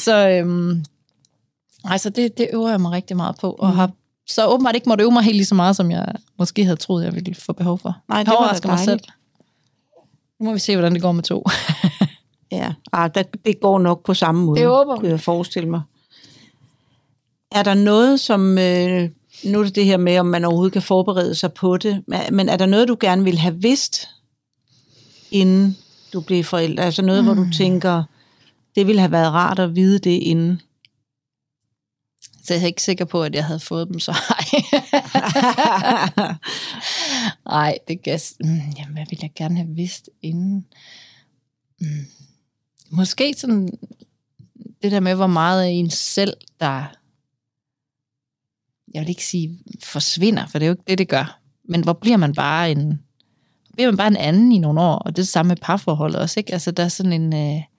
så det øver jeg mig rigtig meget på, og har så åbenbart ikke måtte øve mig helt lige så meget, som jeg måske havde troet, jeg ville få behov for. Nej, det var mig selv. Nu må vi se, hvordan det går med 2. Ja, det går nok på samme måde, kunne jeg forestille mig. Er der noget, som... nu er det her med, om man overhovedet kan forberede sig på det, men er der noget, du gerne vil have vidst, inden du blev forælder? Altså noget, hvor du tænker, det ville have været rart at vide det inden? Så jeg er ikke sikker på, at jeg havde fået dem, så nej, det kan... Jamen, hvad ville jeg gerne have vidst inden? Måske sådan det der med, hvor meget af en selv, der... Jeg vil ikke sige forsvinder, for det er jo ikke det gør. Men hvor bliver man bare en anden i nogle år, og det er det samme med parforholdet også, ikke? Altså, der er sådan en...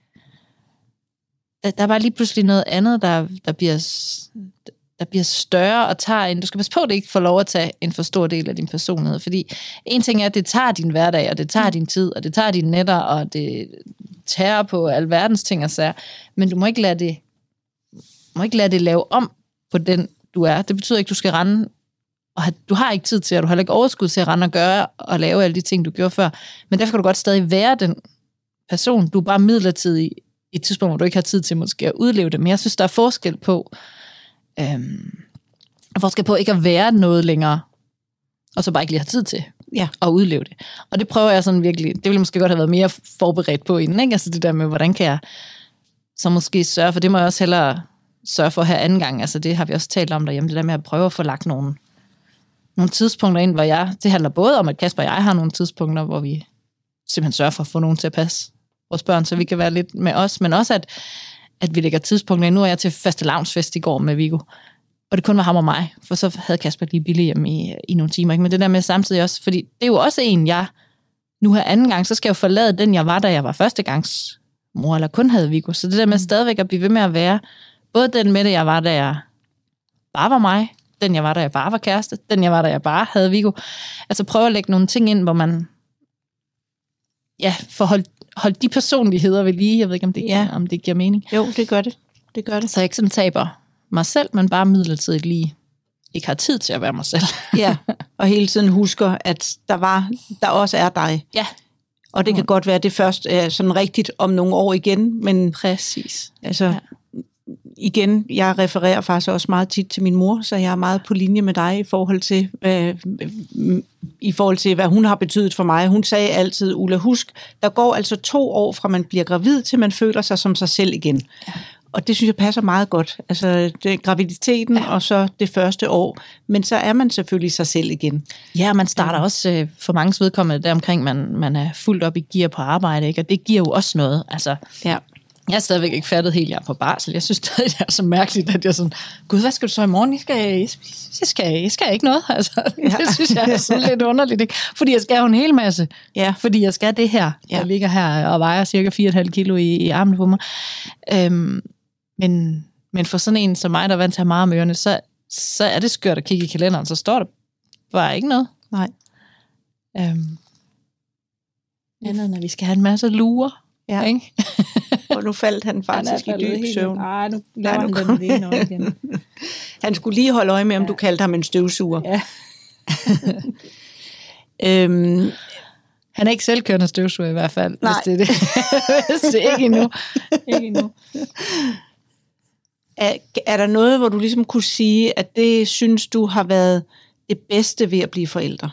Der er bare lige pludselig noget andet, der bliver større og tager en... Du skal passe på, at det ikke får lov at tage en for stor del af din personlighed, fordi en ting er, at det tager din hverdag, og det tager din tid, og det tager dine nætter, og det tærer på alverdens ting og sager, men du må ikke lade det lave om på den, du er. Det betyder ikke, du skal rende, og du har ikke tid til, og du har ikke overskud til at rende og gøre og lave alle de ting, du gjorde før, men derfor kan du godt stadig være den person. Du er bare midlertidig i et tidspunkt, hvor du ikke har tid til måske at udleve det, men jeg synes, der er forskel på ikke at være noget længere, og så bare ikke lige have tid til at udleve det. Og det prøver jeg sådan virkelig, det ville måske godt have været mere forberedt på inden, ikke? Altså det der med, hvordan kan jeg så måske sørge for, det må jeg også hellere sørge for her anden gang, altså det har vi også talt om derhjemme, det der med at prøve at få lagt nogle tidspunkter ind, hvor det handler både om, at Kasper og jeg har nogle tidspunkter, hvor vi simpelthen sørger for at få nogen til at passe vores børn, så vi kan være lidt med os, men også at vi lægger tidspunkter ind. Nu er jeg til fastelavnsfest i går med Viggo, og det kun var ham og mig, for så havde Kasper lige billig hjem i nogle timer, ikke? Men det der med samtidig også, fordi det er jo også en, jeg nu her anden gang, så skal jeg jo forlade den, jeg var, da jeg var førstegangs mor, eller kun havde Viggo, så det der med stadigvæk at blive ved med at være både den med det, jeg var, da jeg bare var mig, den jeg var, da jeg bare var kæreste, den jeg var, da jeg bare havde Viggo. Altså prøve at lægge nogle ting ind, hvor man får holdt de personligheder ved lige. Jeg ved ikke, om det giver mening. Jo, det gør det. Det gør det. Så jeg ikke sådan taber mig selv, men bare midlertidigt lige ikke har tid til at være mig selv. Ja, og hele tiden husker, at der også er dig. Ja. Og det kan godt være, at det først er sådan rigtigt om nogle år igen, men... Præcis. Altså, igen, jeg refererer faktisk også meget tit til min mor, så jeg er meget på linje med dig i forhold til, hvad hun har betydet for mig. Hun sagde altid, Ulla, husk, der går altså 2 år fra man bliver gravid, til man føler sig som sig selv igen. Ja. Og det synes jeg passer meget godt. Altså det er graviditeten og så det første år. Men så er man selvfølgelig sig selv igen. Ja, man starter også for manges vedkommende deromkring, man er fuldt op i gear på arbejde, ikke? Og det giver jo også noget. Altså, jeg har stadigvæk ikke fattet helt, jeg er på barsel. Jeg synes stadig, det er så mærkeligt, at jeg sådan, gud, hvad skal du så i morgen? Jeg skal ikke noget. Altså, det synes jeg er sådan lidt underligt, ikke? Fordi jeg skal jo en hel masse. Ja. Fordi jeg skal det her, der ligger her og vejer cirka 4,5 kilo i armen på mig. Men for sådan en som mig, der er vant til at have meget om ørerne, så er det skørt at kigge i kalenderen, så står der bare ikke noget. Nej. Andet, når vi skal have en masse lurer. Ja. Ikke? Og nu faldt han faktisk i dyb søvn. Nej, nu laver han den igen. Han skulle lige holde øje med, om du kaldte ham en støvsuger. Ja. Han er ikke selvkørende støvsuger i hvert fald, Nej. hvis det er det. Hvis det er ikke endnu. Ikke endnu. Er der noget, hvor du ligesom kunne sige, at det synes du har været det bedste ved at blive forældre?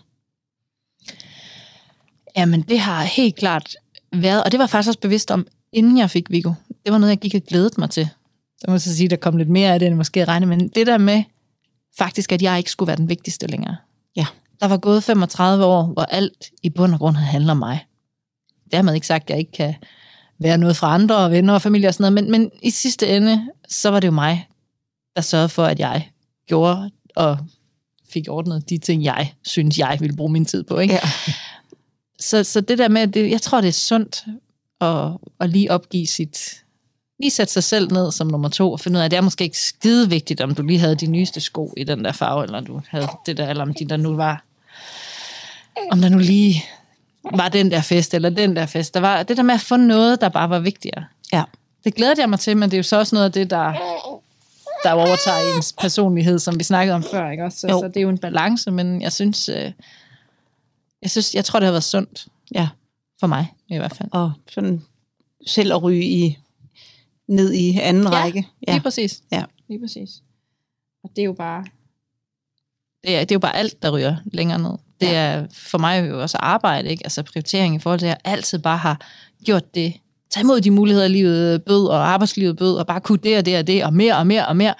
Jamen, det har helt klart været, og det var faktisk også bevidst om, inden jeg fik Viggo. Det var noget, jeg gik og glædede mig til. Så må jeg sige, der kom lidt mere af det, end måske regne, men det der med faktisk, at jeg ikke skulle være den vigtigste længere. Ja. Der var gået 35 år, hvor alt i bund og grund handler om mig. Dermed ikke sagt, at jeg ikke kan være noget fra andre og venner og familie og sådan noget, men i sidste ende, så var det jo mig, der sørgede for, at jeg gjorde og fik ordnet de ting, jeg synes, jeg ville bruge min tid på. Ikke? Ja. Så det der med, jeg tror, det er sundt at lige opgive lige sætte sig selv ned som nummer 2 og finde ud af, at det er måske ikke skide vigtigt, om du lige havde de nyeste sko i den der farve, eller du havde det der, eller om de der nu var, om der nu lige var den der fest, eller den der fest. Der var det der med at få noget, der bare var vigtigere. Ja. Det glæder jeg mig til, men det er jo så også noget af det, der overtager ens personlighed, som vi snakkede om før, ikke også? Så det er jo en balance, men jeg tror, det har været sundt. Ja. For mig, i hvert fald. Og sådan selv at ryge ned i anden række. Ja, lige præcis. Ja. Lige præcis. Og det er jo bare... Det er jo bare alt, der ryger længere ned. Det er for mig jo også arbejde, ikke? Altså prioritering i forhold til, at jeg altid bare har gjort det. Tag imod de muligheder, livet bød, og arbejdslivet bød, og bare kunne det og det og det, og mere og mere og mere.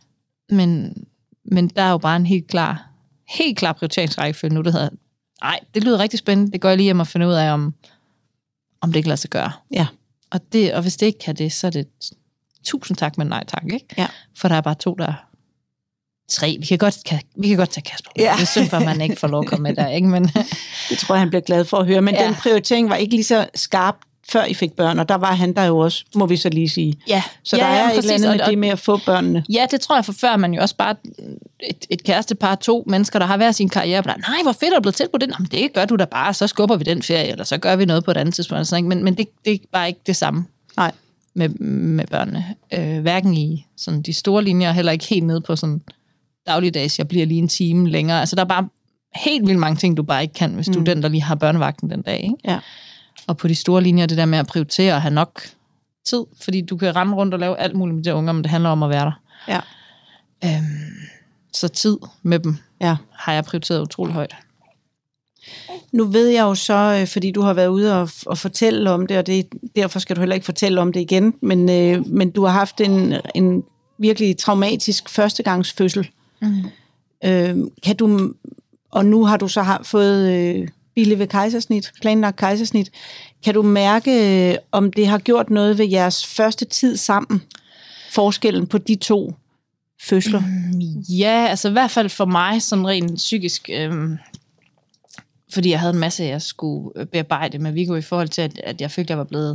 Men der er jo bare en helt klar prioriteringsrækkefølge nu, der hedder, nej, det lyder rigtig spændende, det går jeg lige hjem og finde ud af, om det kan lade sig gøre. Ja. Og hvis det ikke kan det, så er det 1000 tak, men nej tak, ikke? Ja. For der er bare 2, der 3. Vi kan godt tage Kasper. Ja. Det er synd for, at man ikke får lov at komme med der, ikke? Men det tror jeg, han bliver glad for at høre. Men den prioritering var ikke lige så skarp, før I fik børn, og der var han der jo også, må vi så lige sige. Ja. Så der er et eller andet med det med at få børnene. Ja, det tror jeg, for før man jo også bare et kærestepar, 2 mennesker, der har hver sin karriere, nej, hvor fedt er du blevet tilbudt det? Jamen, det gør du da bare, så skubber vi den ferie, eller så gør vi noget på et andet tidspunkt. Sådan, men det er bare ikke det samme. Nej. Med børnene. Hverken i sådan de store linjer, heller ikke helt nede på sådan dagligdags, jeg bliver lige en time længere. Altså, der er bare helt vildt mange ting, du bare ikke kan, hvis du er den, der lige har børnevagten den dag, ikke? Ja. Og på de store linjer, det der med at prioritere og have nok tid, fordi du kan rende rundt og lave alt muligt med de unger, men det handler om at være der. Ja. Så tid med dem har jeg prioriteret utrolig højt. Nu ved jeg jo så, fordi du har været ude og fortælle om det, og derfor skal du heller ikke fortælle om det igen, men du har haft en virkelig traumatisk førstegangsfødsel. Kan du, og nu har du så fået Bille ved kejsersnit, planlagt kejsersnit. Kan du mærke, om det har gjort noget ved jeres første tid sammen? Forskellen på de 2 fødsler? Ja, altså i hvert fald for mig, sådan rent psykisk, fordi jeg havde en masse, jeg skulle bearbejde med Viggo i forhold til, at jeg følte, jeg var blevet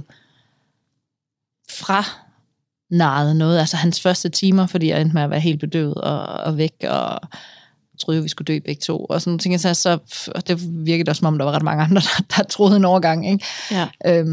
narret noget, altså hans første timer, fordi jeg endte med at være helt bedøvet og væk, og troede, vi skulle dø begge 2, og sådan ting, så det virkede også, som om der var ret mange andre, der troede en overgang, ikke? Ja.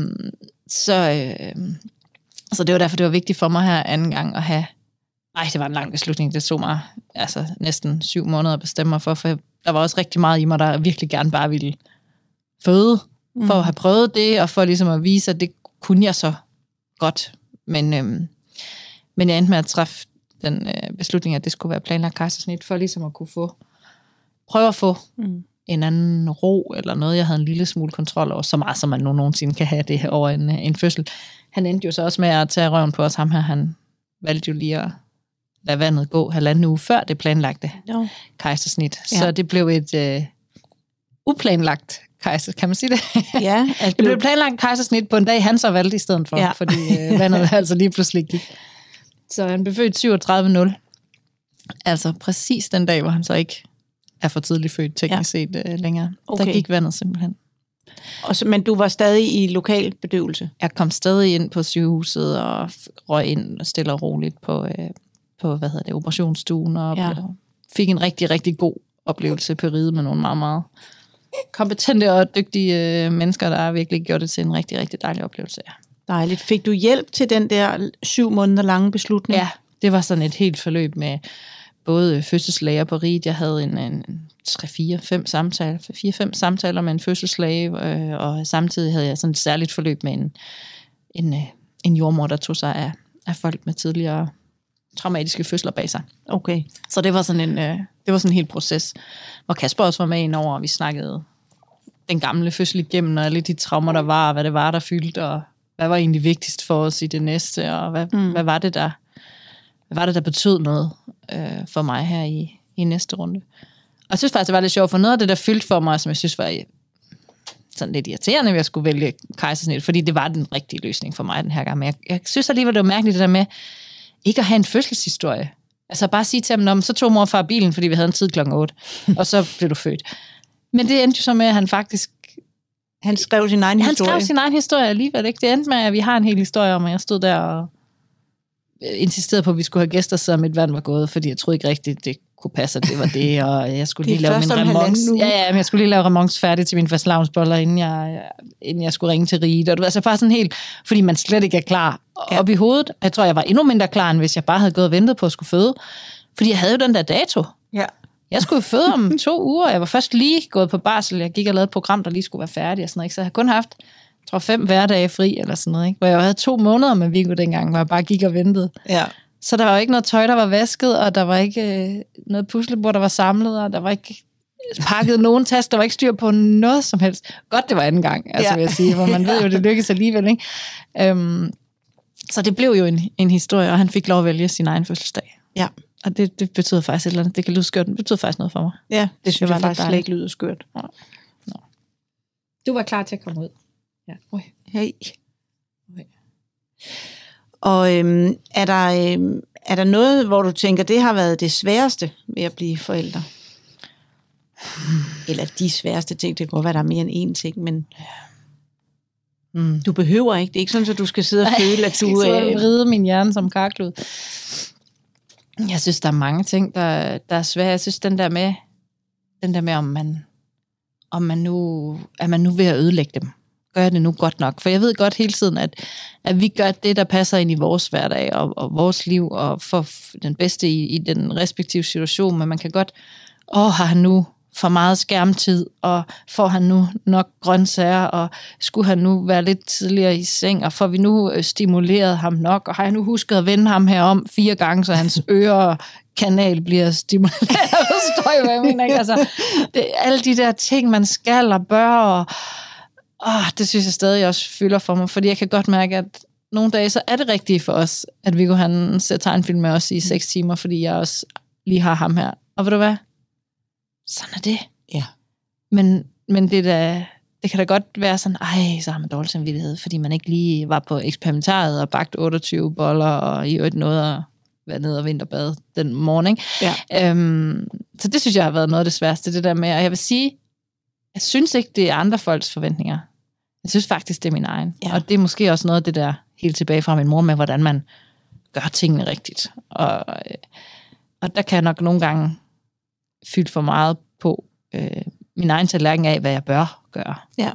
Så det var derfor, det var vigtigt for mig her anden gang at have, det var en lang beslutning, det tog mig altså næsten 7 måneder at bestemme mig for der var også rigtig meget i mig, der virkelig gerne bare ville føde, for at have prøvet det, og for ligesom at vise, at det kunne jeg så godt, men jeg endte med at træffe den beslutning, at det skulle være planlagt kejsersnit, for ligesom at kunne prøve at få en anden ro, eller noget, jeg havde en lille smule kontrol over, så meget som man nogensinde kan have det over en fødsel. Han endte jo så også med at tage røven på os, ham her, han valgte jo lige at lade vandet gå 1,5 uge før det planlagte kejsersnit. Ja. Så det blev et uplanlagt kejser, kan man sige det? Ja. Det blev planlagt kejsersnit på en dag, han så valgte i stedet for, fordi vandet altså lige pludselig gik. Så han blev født 37.0. Altså præcis den dag, hvor han så ikke er for tidligt født, teknisk set længere. Okay. Der gik vandet simpelthen. Men du var stadig i lokal bedøvelse? Jeg kom stadig ind på sygehuset og røg ind stille og roligt på operationsstuen, og fik en rigtig, rigtig god oplevelse på ride med nogle meget, meget kompetente og dygtige mennesker, der har virkelig gjort det til en rigtig, rigtig dejlig oplevelse. Ja. Dejligt. Fik du hjælp til den der 7 måneder lange beslutning? Ja, det var sådan et helt forløb med både fødselslæger på riget. Jeg havde en 4-5 samtaler med en fødselslæge, og samtidig havde jeg sådan et særligt forløb med en jordmor, der tog sig af folk med tidligere traumatiske fødsler bag sig. Okay. Så det var sådan en hel proces, hvor Kasper også var med ind over, og vi snakkede den gamle fødsel igennem, og alle de traumer, der var, og hvad det var, der fyldte, og hvad var egentlig vigtigst for os i det næste, og hvad var det, der betød noget for mig her i næste runde. Og jeg synes faktisk, det var lidt sjovt, for noget af det, der fyldte for mig, som jeg synes var sådan lidt irriterende, ved at skulle vælge kejsersnit, fordi det var den rigtige løsning for mig den her gang. Men jeg synes alligevel, det var mærkeligt det der med ikke at have en fødselshistorie. Altså bare sige til ham, så tog mor og far bilen, fordi vi havde en tid 8, og så blev du født. Men det endte jo så med, at han faktisk... Han skrev sin egen historie. Han skrev sin egen historie alligevel, ikke? Det endte med, at vi har en hel historie om, at jeg stod der og insisterede på, at vi skulle have gæster, så mit vand var gået, fordi jeg troede ikke rigtigt, det kunne passe, at det var det, og jeg skulle lige lave min remons. Ja, men jeg skulle lige lave remons færdig til mine fastelavnsboller, inden jeg skulle ringe til riget. Og det var altså bare sådan helt, fordi man slet ikke er klar op i hovedet. Jeg tror, jeg var endnu mindre klar, end hvis jeg bare havde gået og ventet på at skulle føde. Fordi jeg havde jo den der dato. Ja. Jeg skulle føde om 2 uger. Jeg var først lige gået på barsel. Jeg gik og lavede et program, der lige skulle være færdigt og sådan noget. Så jeg havde kun haft, 5 hverdage fri eller sådan noget. Ikke? Hvor jeg havde 2 måneder med Viggo dengang, hvor jeg bare gik og ventede. Ja. Så der var jo ikke noget tøj, der var vasket, og der var ikke noget puslebord, der var samlet, og der var ikke pakket nogen tasker, der var ikke styr på noget som helst. Godt, det var anden gang, vil jeg sige, hvor man ved jo, det lykkedes alligevel. Ikke? Så det blev jo en historie, og han fik lov at vælge sin egen fødselsdag. Ja. Og det betyder faktisk et eller andet. Det kan lyde skørt, det betyder faktisk noget for mig. Ja, det synes jeg faktisk slet ikke lyder skørt. Ja. No. Du var klar til at komme ud. Ja. Hey. Okay. Og er der noget, hvor du tænker, det har været det sværeste ved at blive forældre? Eller de sværeste ting, det kan godt være, der er mere end én ting, men du behøver ikke. Det er ikke sådan, at du skal sidde og føle, at du... Jeg skal vride min hjerne som karklud. Jeg synes, der er mange ting, der er svære. Jeg synes, den der med, om man nu ved at ødelægge dem. Gør jeg det nu godt nok? For jeg ved godt hele tiden, at vi gør det, der passer ind i vores hverdag og vores liv, og for den bedste i den respektive situation, men man kan godt, har han nu for meget skærmtid, og får han nu nok grøntsager, og skulle han nu være lidt tidligere i seng, og får vi nu stimuleret ham nok, og har jeg nu husket at vende ham herom 4 gange, så hans ørekanal bliver stimuleret. Forstår I, hvad jeg mener? Ikke? Altså, alle de der ting, man skal og bør, og det synes jeg stadig også fylder for mig, fordi jeg kan godt mærke, at nogle dage, så er det rigtigt for os, at Viggo han ser tegnfilm med os i 6 timer, fordi jeg også lige har ham her. Og ved du hvad? Sådan er det. Ja. Men det kan da godt være sådan, så har man dårlig samvittighed, fordi man ikke lige var på eksperimentaret og bagt 28 boller, og i øvrigt noget at være nede og vinterbade den morgen. Ikke? Ja. Så det synes jeg har været noget af det sværeste, det der med, og jeg vil sige, jeg synes ikke, det er andre folks forventninger. Jeg synes faktisk, det er min egen. Ja. Og det er måske også noget af det der helt tilbage fra min mor med, hvordan man gør tingene rigtigt. Og der kan jeg nok nogle gange fylde for meget på min egen tallerken af, hvad jeg bør gøre. Ja,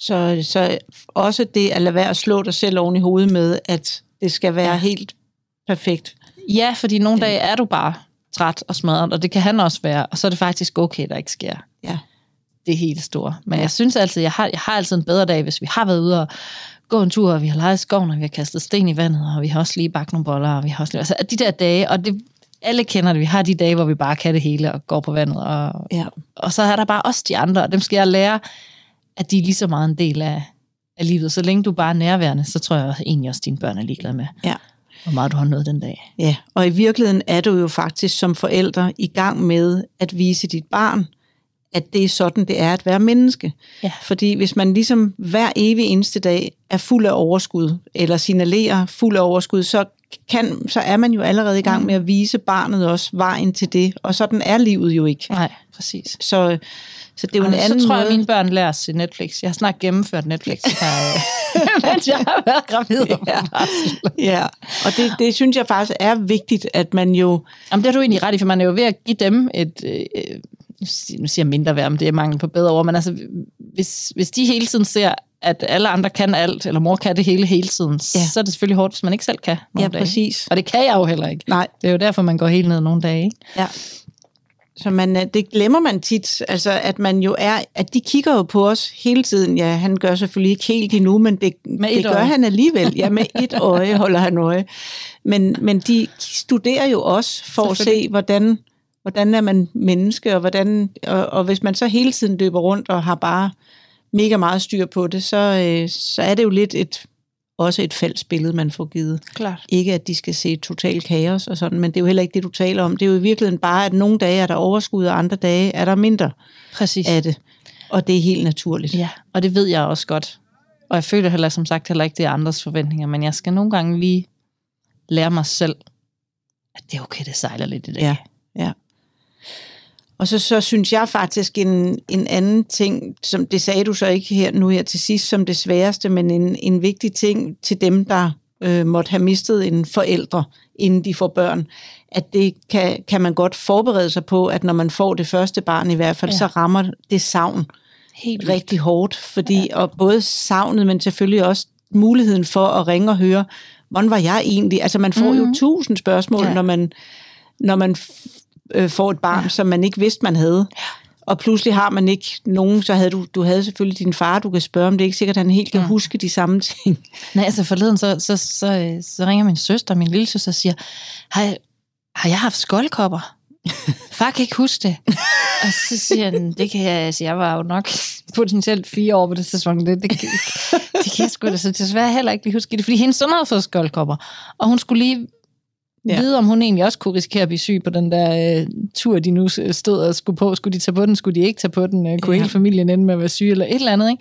så også det at lade være at slå dig selv oven i hovedet med, at det skal være helt perfekt. Ja, fordi nogle dage er du bare træt og smadret, og det kan han også være, og så er det faktisk okay, der ikke sker. Ja. Det helt store. Men jeg synes altid, jeg har altid en bedre dag, hvis vi har været ude og gå en tur, og vi har leget i skoven, og vi har kastet sten i vandet, og vi har også lige bagt nogle boller, og vi har også lige... Altså, de der dage, og det, alle kender det, vi har de dage, hvor vi bare kan det hele, og går på vandet, og så er der bare også de andre, og dem skal jeg lære, at de er lige så meget en del af livet. Så længe du bare er nærværende, så tror jeg egentlig også, dine børn er ligeglade med, hvor meget du har nået den dag. Ja, og i virkeligheden er du jo faktisk som forældre i gang med at vise dit barn, at det er sådan, det er at være menneske. Ja. Fordi hvis man ligesom hver evig eneste dag er fuld af overskud, eller signalerer fuld af overskud, så er man jo allerede i gang med at vise barnet også vejen til det. Og sådan er livet jo ikke. Nej, præcis. Så det er jo en anden måde. Så tror jeg, at mine børn lærer sig Netflix. Jeg har snart gennemført Netflix mens jeg har været gravid. Ja, og det synes jeg faktisk er vigtigt, at man jo... Jamen, det er du egentlig ret i, for man er jo ved at give dem et... nu siger jeg mindre værd, om det er mangel på bedre ord, men altså, hvis de hele tiden ser, at alle andre kan alt, eller mor kan det hele tiden, så er det selvfølgelig hårdt, hvis man ikke selv kan nogle dage. Præcis. Og det kan jeg jo heller ikke. Nej. Det er jo derfor, man går helt ned nogle dage, ikke? Ja. Så det glemmer man tit, altså at man jo at de kigger jo på os hele tiden. Ja, han gør selvfølgelig ikke helt endnu, men det gør han alligevel. Ja, med et øje holder han øje. Men de studerer jo også for at se, hvordan er man menneske, og hvis man så hele tiden løber rundt og har bare mega meget styr på det, så er det jo lidt også et fælles billede, man får givet. Klart. Ikke at de skal se total kaos og sådan, men det er jo heller ikke det, du taler om. Det er jo i virkeligheden bare, at nogle dage er der overskud, og andre dage er der mindre af det. Og det er helt naturligt. Ja, og det ved jeg også godt. Og jeg føler heller, som sagt, heller ikke, det er andres forventninger, men jeg skal nogle gange lige lære mig selv, at det er okay, det sejler lidt i dag. Ja. Og så synes jeg faktisk en anden ting, som det sagde du så ikke her til sidst som det sværeste, men en vigtig ting til dem, der måtte have mistet en forælder, inden de får børn, at det kan man godt forberede sig på, at når man får det første barn i hvert fald, så rammer det savn helt rigtig hårdt, fordi og både savnet, men selvfølgelig også muligheden for at ringe og høre, hvordan var jeg egentlig? Altså man får jo 1000 spørgsmål, når man får et barn, som man ikke vidste, man havde. Og pludselig har man ikke nogen, så havde du havde selvfølgelig din far, du kan spørge om, det er ikke sikkert, at han helt kan huske de samme ting. Nej, altså forleden, så ringer min søster, min lille søster, og siger, har jeg haft skoldkopper? Far kan ikke huske det. Og så siger han, det kan jeg, altså jeg var jo nok potentielt 4 år på det tidspunkt, det kan jeg sgu da så desværre heller ikke lige huske det, fordi hendes søn havde fået skoldkopper, og hun skulle lige vide, om hun egentlig også kunne risikere at blive syg på den der tur, de nu stod og skulle på. Skulle de tage på den? Skulle de ikke tage på den? Kunne hele familien ende med at være syge eller et eller andet,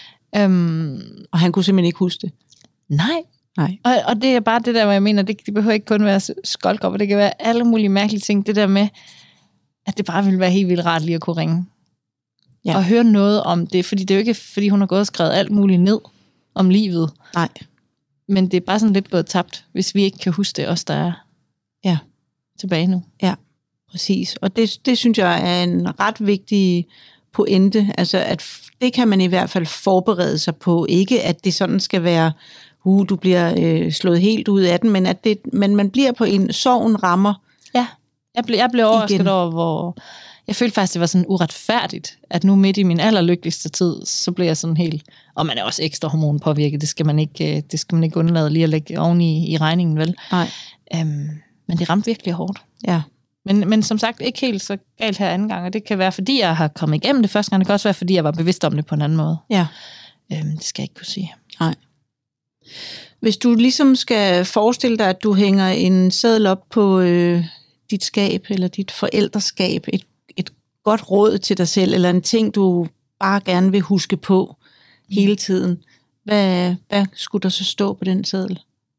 ikke? Og han kunne simpelthen ikke huske det? Nej. Og det er bare det der, hvor jeg mener, det behøver ikke kun være skoldkopper, det kan være alle mulige mærkelige ting. Det der med, at det bare ville være helt vildt rart lige at kunne ringe. Ja. Og høre noget om det, fordi det er jo ikke, fordi hun har gået og skrevet alt muligt ned om livet. Nej. Men det er bare sådan lidt gået tabt, hvis vi ikke kan huske det, os der er tilbage nu. Ja, præcis. Og det synes jeg er en ret vigtig pointe. Altså, at det kan man i hvert fald forberede sig på. Ikke, at det sådan skal være, du bliver slået helt ud af den, men man bliver på en sorgen rammer. Ja, jeg blev overrasket over, hvor jeg følte faktisk, det var sådan uretfærdigt, at nu midt i min allerlykkeligste tid, så blev jeg sådan helt, og man er også ekstra hormonpåvirket, det skal man ikke undlade lige at lægge oven i regningen, vel? Nej. Men det ramte virkelig hårdt. Ja. Men som sagt, ikke helt så galt her anden gang, og det kan være, fordi jeg har kommet igennem det første gang, det kan også være, fordi jeg var bevidst om det på en anden måde. Ja. Det skal jeg ikke kunne sige. Nej. Hvis du ligesom skal forestille dig, at du hænger en seddel op på dit skab, eller dit forældreskab, et godt råd til dig selv, eller en ting, du bare gerne vil huske på hele tiden, hvad skulle der så stå på den seddel?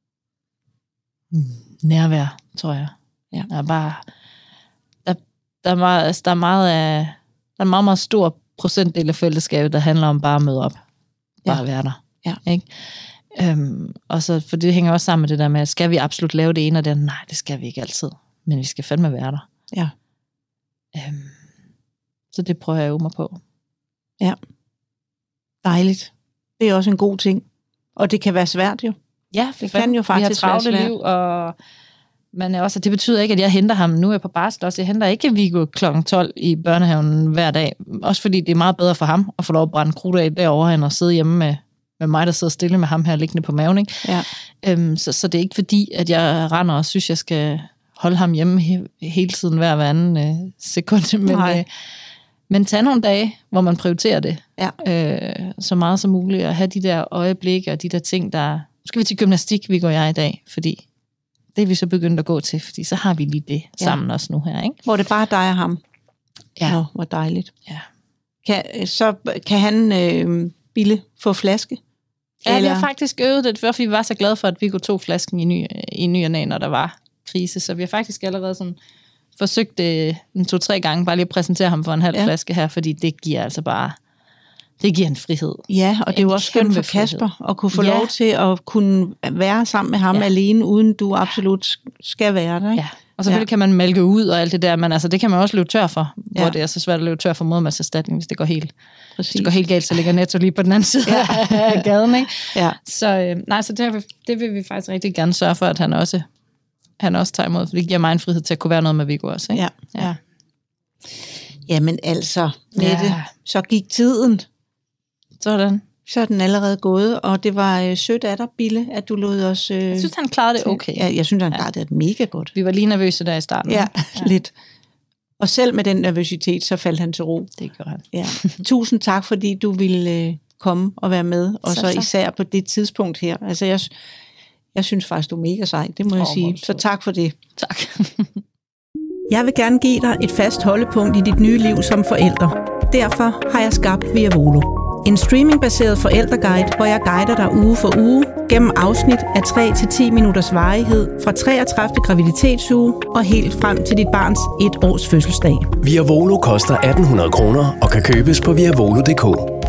Nærvær, tror jeg. Ja. Der er en meget, meget stor procentdel af forældreskabet, der handler om bare at møde op. Bare at være der. Ja. Ikke? Og så, for det hænger også sammen med det der med, skal vi absolut lave det ene og det? Nej, det skal vi ikke altid. Men vi skal fandme være der. Ja. Så det prøver jeg at øve mig på. Ja. Dejligt. Det er også en god ting. Og det kan være svært jo. Ja, det kan jo faktisk være svært. Liv, og man er også, det betyder ikke, at jeg henter ham. Nu er jeg på barsel også. Jeg henter ikke Viggo kl. 12 i børnehaven hver dag. Også fordi det er meget bedre for ham at få lov at brænde krudt af derovre, end at sidde hjemme med mig, der sidder stille med ham her liggende på maven. Ikke? Ja. Så det er ikke fordi, at jeg render og synes, jeg skal holde ham hjemme hele tiden hver anden sekund. Men tag nogle dage, hvor man prioriterer det så meget som muligt, og have de der øjeblikke og de der ting, der... Nu skal vi til gymnastik, vi går jeg i dag, fordi det er vi så begyndt at gå til, fordi så har vi lige det sammen også nu her. Ikke? Hvor det bare dig og ham. Ja. Nå, hvor dejligt. Ja. Kan han Bille få flaske? Ja, vi har faktisk øvet det, fordi vi var så glade for, at vi kunne tog flasken i ny og næ, når der var krise. Så vi har faktisk allerede sådan forsøgt det 2-3 gange, bare lige at præsentere ham for en halv flaske her, fordi det giver altså bare, det giver en frihed. Ja, og det er jo også skønt for Kasper at kunne få lov til at kunne være sammen med ham alene, uden du absolut skal være der. Ikke? Ja, Og selvfølgelig kan man mælke ud og alt det der, men altså, det kan man også løbe tør for, hvor det er så svært at løbe tør for modermælkserstatning, hvis det går helt, galt, så ligger Netto lige på den anden side af gaden, ikke? Ja. Så det vil vi faktisk rigtig gerne sørge for, at han også tager imod, for det giver mig en frihed til at kunne være noget med Viggo også, ikke? Ja. Jamen altså, Mette, så gik tiden. Sådan. Så er den allerede gået, og det var sødt af dig, Bille, at du lod os... Jeg synes, han klarede det okay. Ja, jeg synes, han klarede det mega godt. Vi var lige nervøse der i starten. Ja, lidt. Og selv med den nervøsitet, så faldt han til ro. Det gjorde han. Ja. Tusind tak, fordi du ville komme og være med, og så især på det tidspunkt her. Altså, jeg synes faktisk, du er mega sej, det må jeg sige. Så tak for det. Tak. Jeg vil gerne give dig et fast holdepunkt i dit nye liv som forælder. Derfor har jeg skabt Viavolo. En streamingbaseret forældreguide, hvor jeg guider dig uge for uge gennem afsnit af 3-10 minutters varighed fra 33. graviditetsuge og helt frem til dit barns 1 års fødselsdag. Viavolo koster 1.800 kroner og kan købes på viavolo.dk.